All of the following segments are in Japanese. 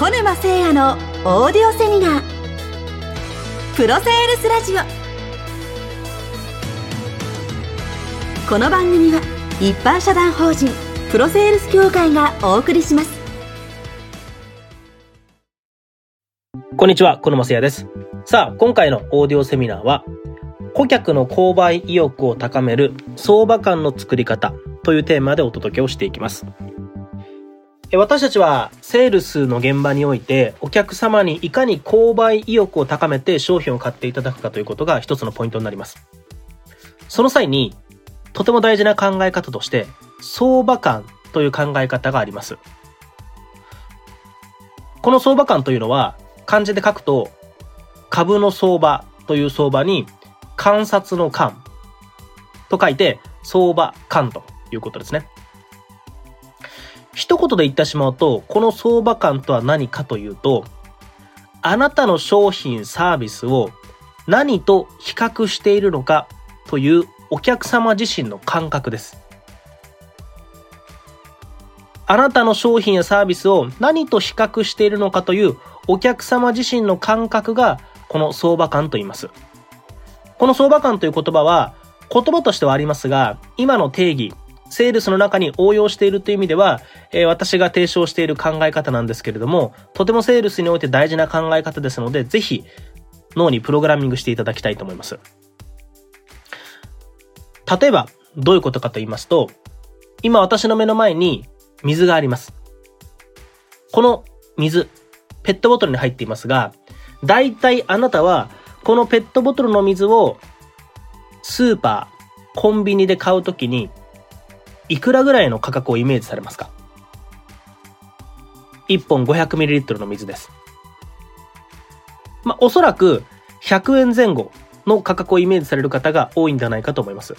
小沼誠也のオーディオセミナープロセールスラジオ。この番組は一般社団法人プロセールス協会がお送りします。 こんにちは、小沼誠也です。さあ、今回のオーディオセミナーは顧客の購買意欲を高める相場感の作り方というテーマでお届けをしていきます。私たちはセールスの現場においてお客様にいかに購買意欲を高めて商品を買っていただくかということが一つのポイントになります。その際にとても大事な考え方として相場感という考え方があります。この相場感というのは漢字で書くと株の相場という相場に観察の観と書いて相場感ということですね。一言で言ってしまうと、この相場感とは何かというと、あなたの商品サービスを何と比較しているのかというお客様自身の感覚です。あなたの商品やサービスを何と比較しているのかというお客様自身の感覚がこの相場感と言います。この相場感という言葉は言葉としてはありますが、今の定義、セールスの中に応用しているという意味では、私が提唱している考え方なんですけれども、とてもセールスにおいて大事な考え方ですので、ぜひ脳にプログラミングしていただきたいと思います。例えばどういうことかと言いますと、今私の目の前に水があります。この水、ペットボトルに入っていますが、だいたいあなたはこのペットボトルの水をスーパー、コンビニで買うときにいくらぐらいの価格をイメージされますか？1本 500ml の水です。おそらく100円前後の価格をイメージされる方が多いんじゃないかと思います。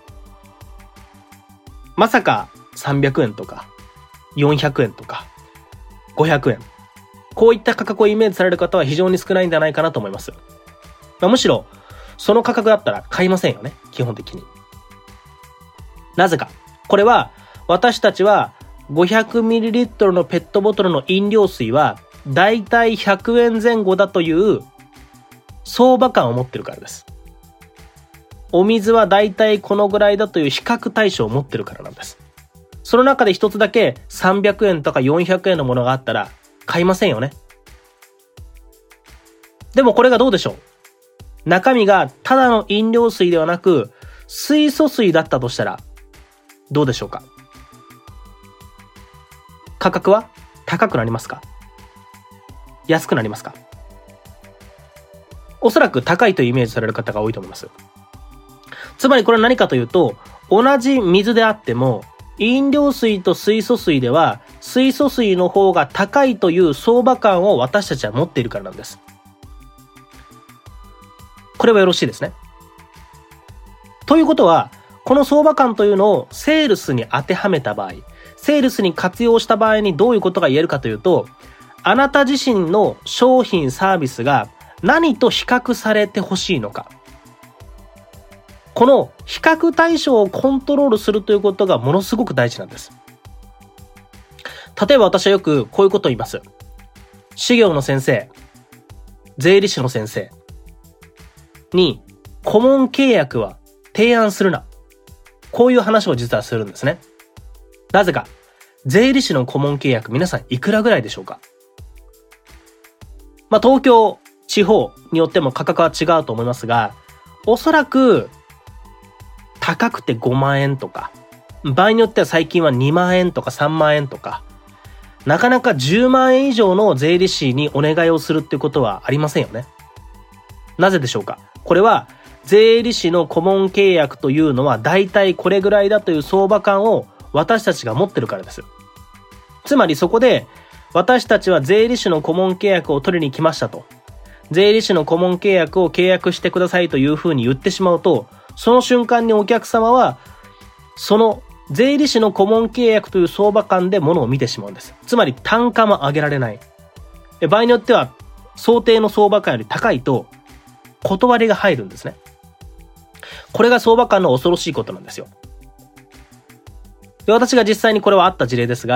まさか300円とか400円とか500円。こういった価格をイメージされる方は非常に少ないんじゃないかなと思います。むしろその価格だったら買いませんよね、基本的に。なぜか。これは私たちは 500ml のペットボトルの飲料水はだいたい100円前後だという相場感を持ってるからです。お水はだいたいこのぐらいだという比較対象を持ってるからなんです。その中で一つだけ300円とか400円のものがあったら買いませんよね。でもこれがどうでしょう？中身がただの飲料水ではなく水素水だったとしたらどうでしょうか？価格は高くなりますか？安くなりますか？おそらく高いというイメージされる方が多いと思います。つまりこれは何かというと、同じ水であっても飲料水と水素水では水素水の方が高いという相場感を私たちは持っているからなんです。これはよろしいですね。ということは、この相場感というのをセールスに当てはめた場合、セールスに活用した場合にどういうことが言えるかというと、あなた自身の商品サービスが何と比較されてほしいのか。この比較対象をコントロールするということがものすごく大事なんです。例えば私はよくこういうことを言います。修行の先生、税理士の先生に顧問契約は提案するな。こういう話を実はするんですね。なぜか、税理士の顧問契約皆さんいくらぐらいでしょうか？東京、地方によっても価格は違うと思いますが、おそらく高くて5万円とか、場合によっては最近は2万円とか3万円とか、なかなか10万円以上の税理士にお願いをするっていうことはありませんよね。なぜでしょうか？これは税理士の顧問契約というのはだいたいこれぐらいだという相場感を私たちが持ってるからです。つまりそこで私たちは税理士の顧問契約を取りに来ましたと。税理士の顧問契約を契約してくださいというふうに言ってしまうと、その瞬間にお客様はその税理士の顧問契約という相場感で物を見てしまうんです。つまり単価も上げられない。場合によっては想定の相場感より高いと断りが入るんですね。これが相場感の恐ろしいことなんですよ。で、私が実際にこれはあった事例ですが、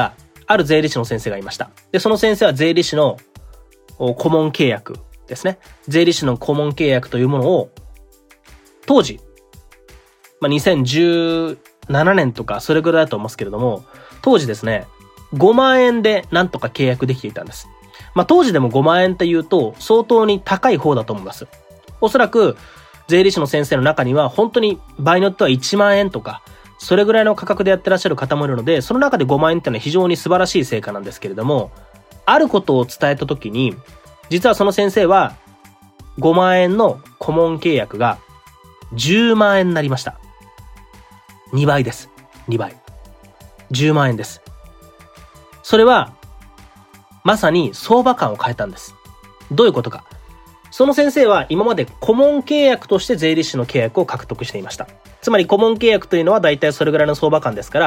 ある税理士の先生がいました。で、その先生は税理士の顧問契約ですね。税理士の顧問契約というものを、当時、2017年とかそれぐらいだと思いますけれども、当時ですね、5万円でなんとか契約できていたんです。当時でも5万円って言うと相当に高い方だと思います。おそらく税理士の先生の中には本当に場合によっては1万円とか、それぐらいの価格でやってらっしゃる方もいるので、その中で5万円っていうのは非常に素晴らしい成果なんですけれども、あることを伝えたときに、実はその先生は5万円の顧問契約が10万円になりました。2倍です。2倍。10万円です。それは、まさに相場感を変えたんです。どういうことか。その先生は今まで顧問契約として税理士の契約を獲得していました。つまり顧問契約というのは大体それぐらいの相場感ですから、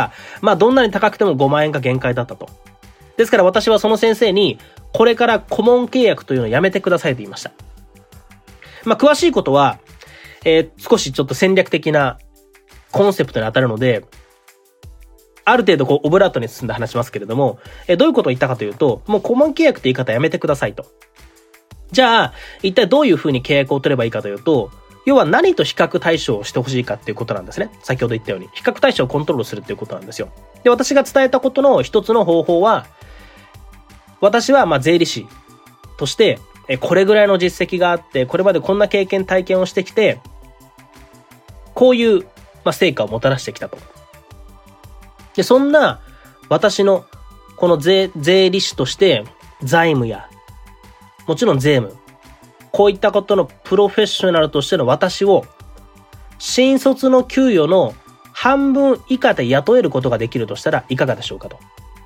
どんなに高くても5万円が限界だったと。ですから私はその先生に、これから顧問契約というのをやめてくださいと言いました。詳しいことは、少しちょっと戦略的なコンセプトに当たるので、ある程度オブラートに進んで話しますけれども、どういうことを言ったかというと、もう顧問契約って言い方やめてくださいと。じゃあ、一体どういうふうに契約を取ればいいかというと、要は何と比較対象をしてほしいかっていうことなんですね。先ほど言ったように。比較対象をコントロールするっていうことなんですよ。で、私が伝えたことの一つの方法は、私は税理士として、これぐらいの実績があって、これまでこんな経験体験をしてきて、こういう、成果をもたらしてきたと。で、そんな私のこの税理士として財務や、もちろん税務、こういったことのプロフェッショナルとしての私を新卒の給与の半分以下で雇えることができるとしたらいかがでしょうかと。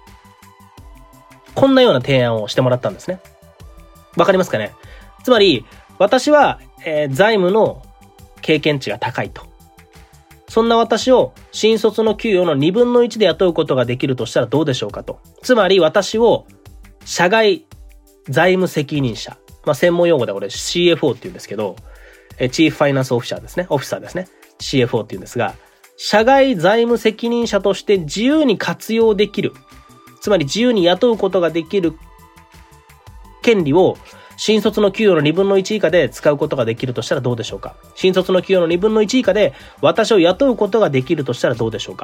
こんなような提案をしてもらったんですね。わかりますかね？つまり私は、財務の経験値が高いと。そんな私を新卒の給与の2分の1で雇うことができるとしたらどうでしょうかと。つまり私を社外財務責任者。専門用語でこれ CFO って言うんですけど、チーフファイナンスオフィサーですね。CFO って言うんですが、社外財務責任者として自由に活用できる。つまり自由に雇うことができる権利を新卒の給与の2分の1以下で使うことができるとしたらどうでしょうか。新卒の給与の2分の1以下で私を雇うことができるとしたらどうでしょうか。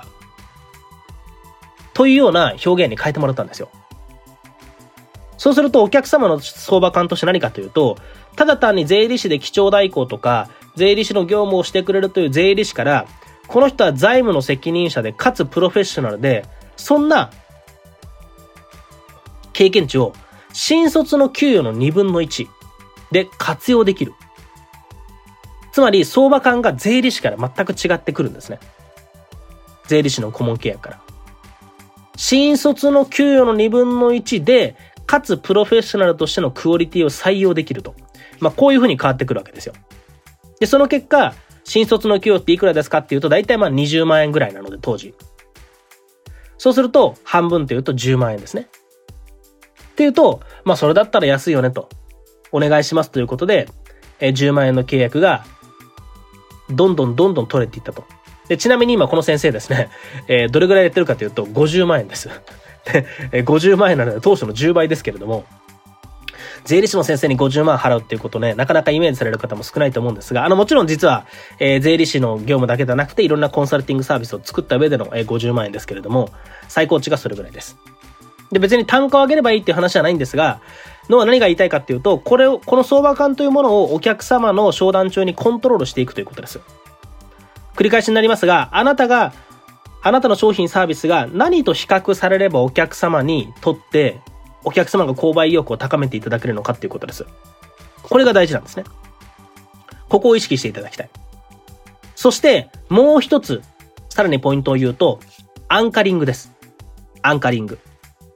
というような表現に変えてもらったんですよ。そうするとお客様の相場感として何かというと、ただ単に税理士で記帳代行とか税理士の業務をしてくれるという税理士から、この人は財務の責任者でかつプロフェッショナルで、そんな経験値を新卒の給与の2分の1で活用できる。つまり相場感が税理士から全く違ってくるんですね。税理士の顧問契約から。新卒の給与の2分の1で、かつプロフェッショナルとしてのクオリティを採用できると。こういう風に変わってくるわけですよ。で、その結果、新卒の給与っていくらですかっていうと、だいたい20万円ぐらいなので、当時。そうすると、半分というと10万円ですね。っていうと、それだったら安いよねと。お願いしますということで、10万円の契約が、どんどん取れていったと。で、ちなみに今この先生ですね、どれぐらいやってるかというと、50万円です。50万円なので当初の10倍ですけれども、税理士の先生に50万払うっていうことね、なかなかイメージされる方も少ないと思うんですが、もちろん実は、税理士の業務だけではなくて、いろんなコンサルティングサービスを作った上での、50万円ですけれども、最高値がそれぐらいです。で、別に単価を上げればいいっていう話じゃないんですが、のは何が言いたいかっていうと、この相場感というものをお客様の商談中にコントロールしていくということです。繰り返しになりますが、あなたの商品サービスが何と比較されればお客様にとって、お客様が購買意欲を高めていただけるのかっていうことです。これが大事なんですね。ここを意識していただきたい。そして、もう一つ、さらにポイントを言うと、アンカリングです。アンカリング。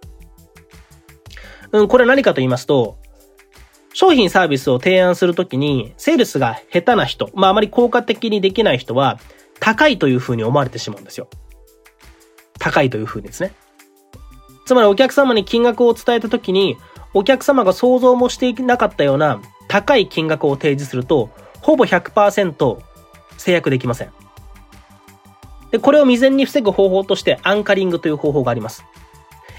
これ何かと言いますと、商品サービスを提案するときに、セールスが下手な人、あまり効果的にできない人は、高いというふうに思われてしまうんですよ。高いというふうにですね。つまりお客様に金額を伝えたときに、お客様が想像もしていなかったような高い金額を提示すると、ほぼ 100% 制約できません。で、これを未然に防ぐ方法としてアンカリングという方法があります。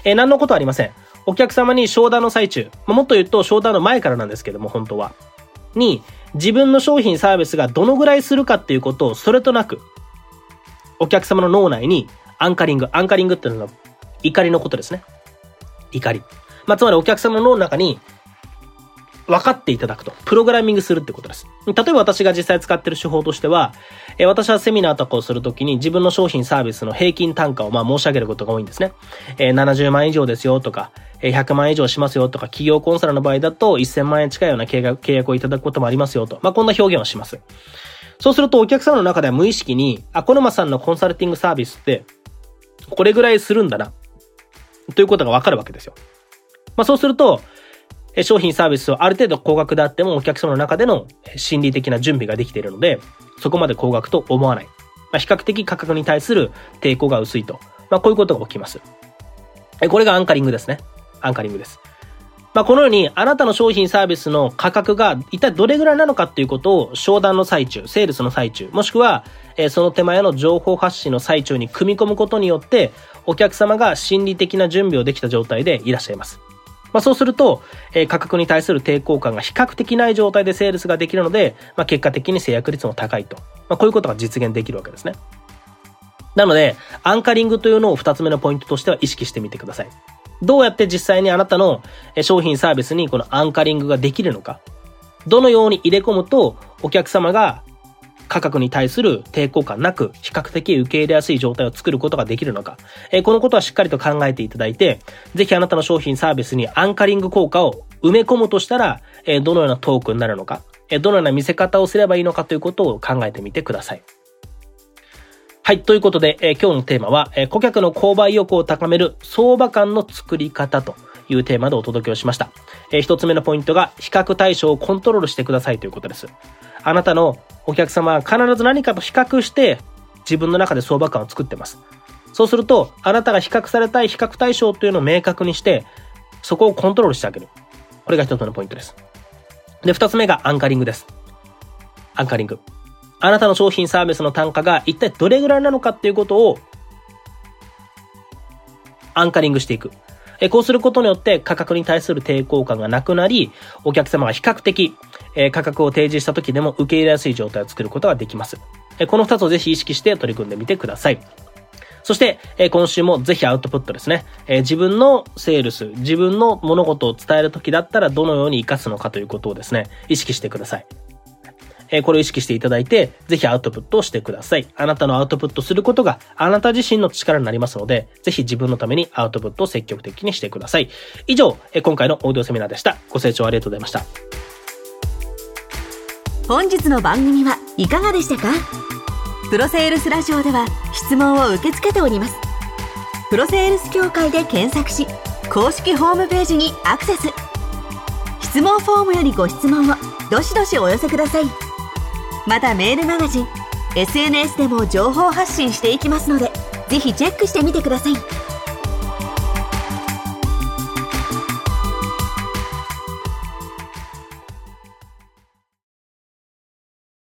何のことはありません。お客様に商談の最中、もっと言うと商談の前からなんですけども、本当は。に、自分の商品サービスがどのぐらいするかっていうことをそれとなく、お客様の脳内にアンカリングっていうのは怒りのことですね。怒り。つまりお客様の脳の中に分かっていただくと。プログラミングするってことです。例えば私が実際使っている手法としては、私はセミナーとかをするときに自分の商品サービスの平均単価を申し上げることが多いんですね。70万以上ですよとか、100万以上しますよとか、企業コンサルの場合だと1000万円近いような契約をいただくこともありますよと。こんな表現をします。そうするとお客様の中では無意識に、小沼さんのコンサルティングサービスってこれぐらいするんだなということがわかるわけですよ。そうすると商品サービスをある程度高額であってもお客様の中での心理的な準備ができているので、そこまで高額と思わない。比較的価格に対する抵抗が薄いと。こういうことが起きます。これがアンカリングですね。アンカリングです。このようにあなたの商品サービスの価格が一体どれぐらいなのかっていうことを商談の最中、セールスの最中、もしくはその手前の情報発信の最中に組み込むことによってお客様が心理的な準備をできた状態でいらっしゃいます。そうすると価格に対する抵抗感が比較的ない状態でセールスができるので、結果的に制約率も高いと。こういうことが実現できるわけですね。なのでアンカリングというのを2つ目のポイントとしては意識してみてください。どうやって実際にあなたの商品サービスにこのアンカリングができるのか、どのように入れ込むとお客様が価格に対する抵抗感なく比較的受け入れやすい状態を作ることができるのか、このことはしっかりと考えていただいて、ぜひあなたの商品サービスにアンカリング効果を埋め込むとしたら、どのようなトークになるのか、どのような見せ方をすればいいのかということを考えてみてください。はい。ということで、今日のテーマは、顧客の購買意欲を高める相場感の作り方というテーマでお届けをしました。一つ目のポイントが、比較対象をコントロールしてくださいということです。あなたのお客様は必ず何かと比較して、自分の中で相場感を作ってます。そうすると、あなたが比較されたい比較対象というのを明確にして、そこをコントロールしてあげる。これが一つ目のポイントです。で、二つ目がアンカリングです。アンカリング。あなたの商品サービスの単価が一体どれぐらいなのかっていうことをアンカリングしていく。こうすることによって価格に対する抵抗感がなくなり、お客様が比較的価格を提示した時でも受け入れやすい状態を作ることができます。この2つをぜひ意識して取り組んでみてください。そして、今週もぜひアウトプットですね。自分のセールス、自分の物事を伝える時だったらどのように活かすのかということをですね、意識してください。これを意識していただいて、ぜひアウトプットをしてください。あなたのアウトプットすることがあなた自身の力になりますので、ぜひ自分のためにアウトプットを積極的にしてください。以上、今回のオーディオセミナーでした。ご清聴ありがとうございました。 本日の番組はいかがでしたか？プロセールスラジオでは質問を受け付けております。プロセールス協会で検索し、公式ホームページにアクセス。質問フォームよりご質問をどしどしお寄せください。またメールマガジン、SNS でも情報発信していきますので、ぜひチェックしてみてください。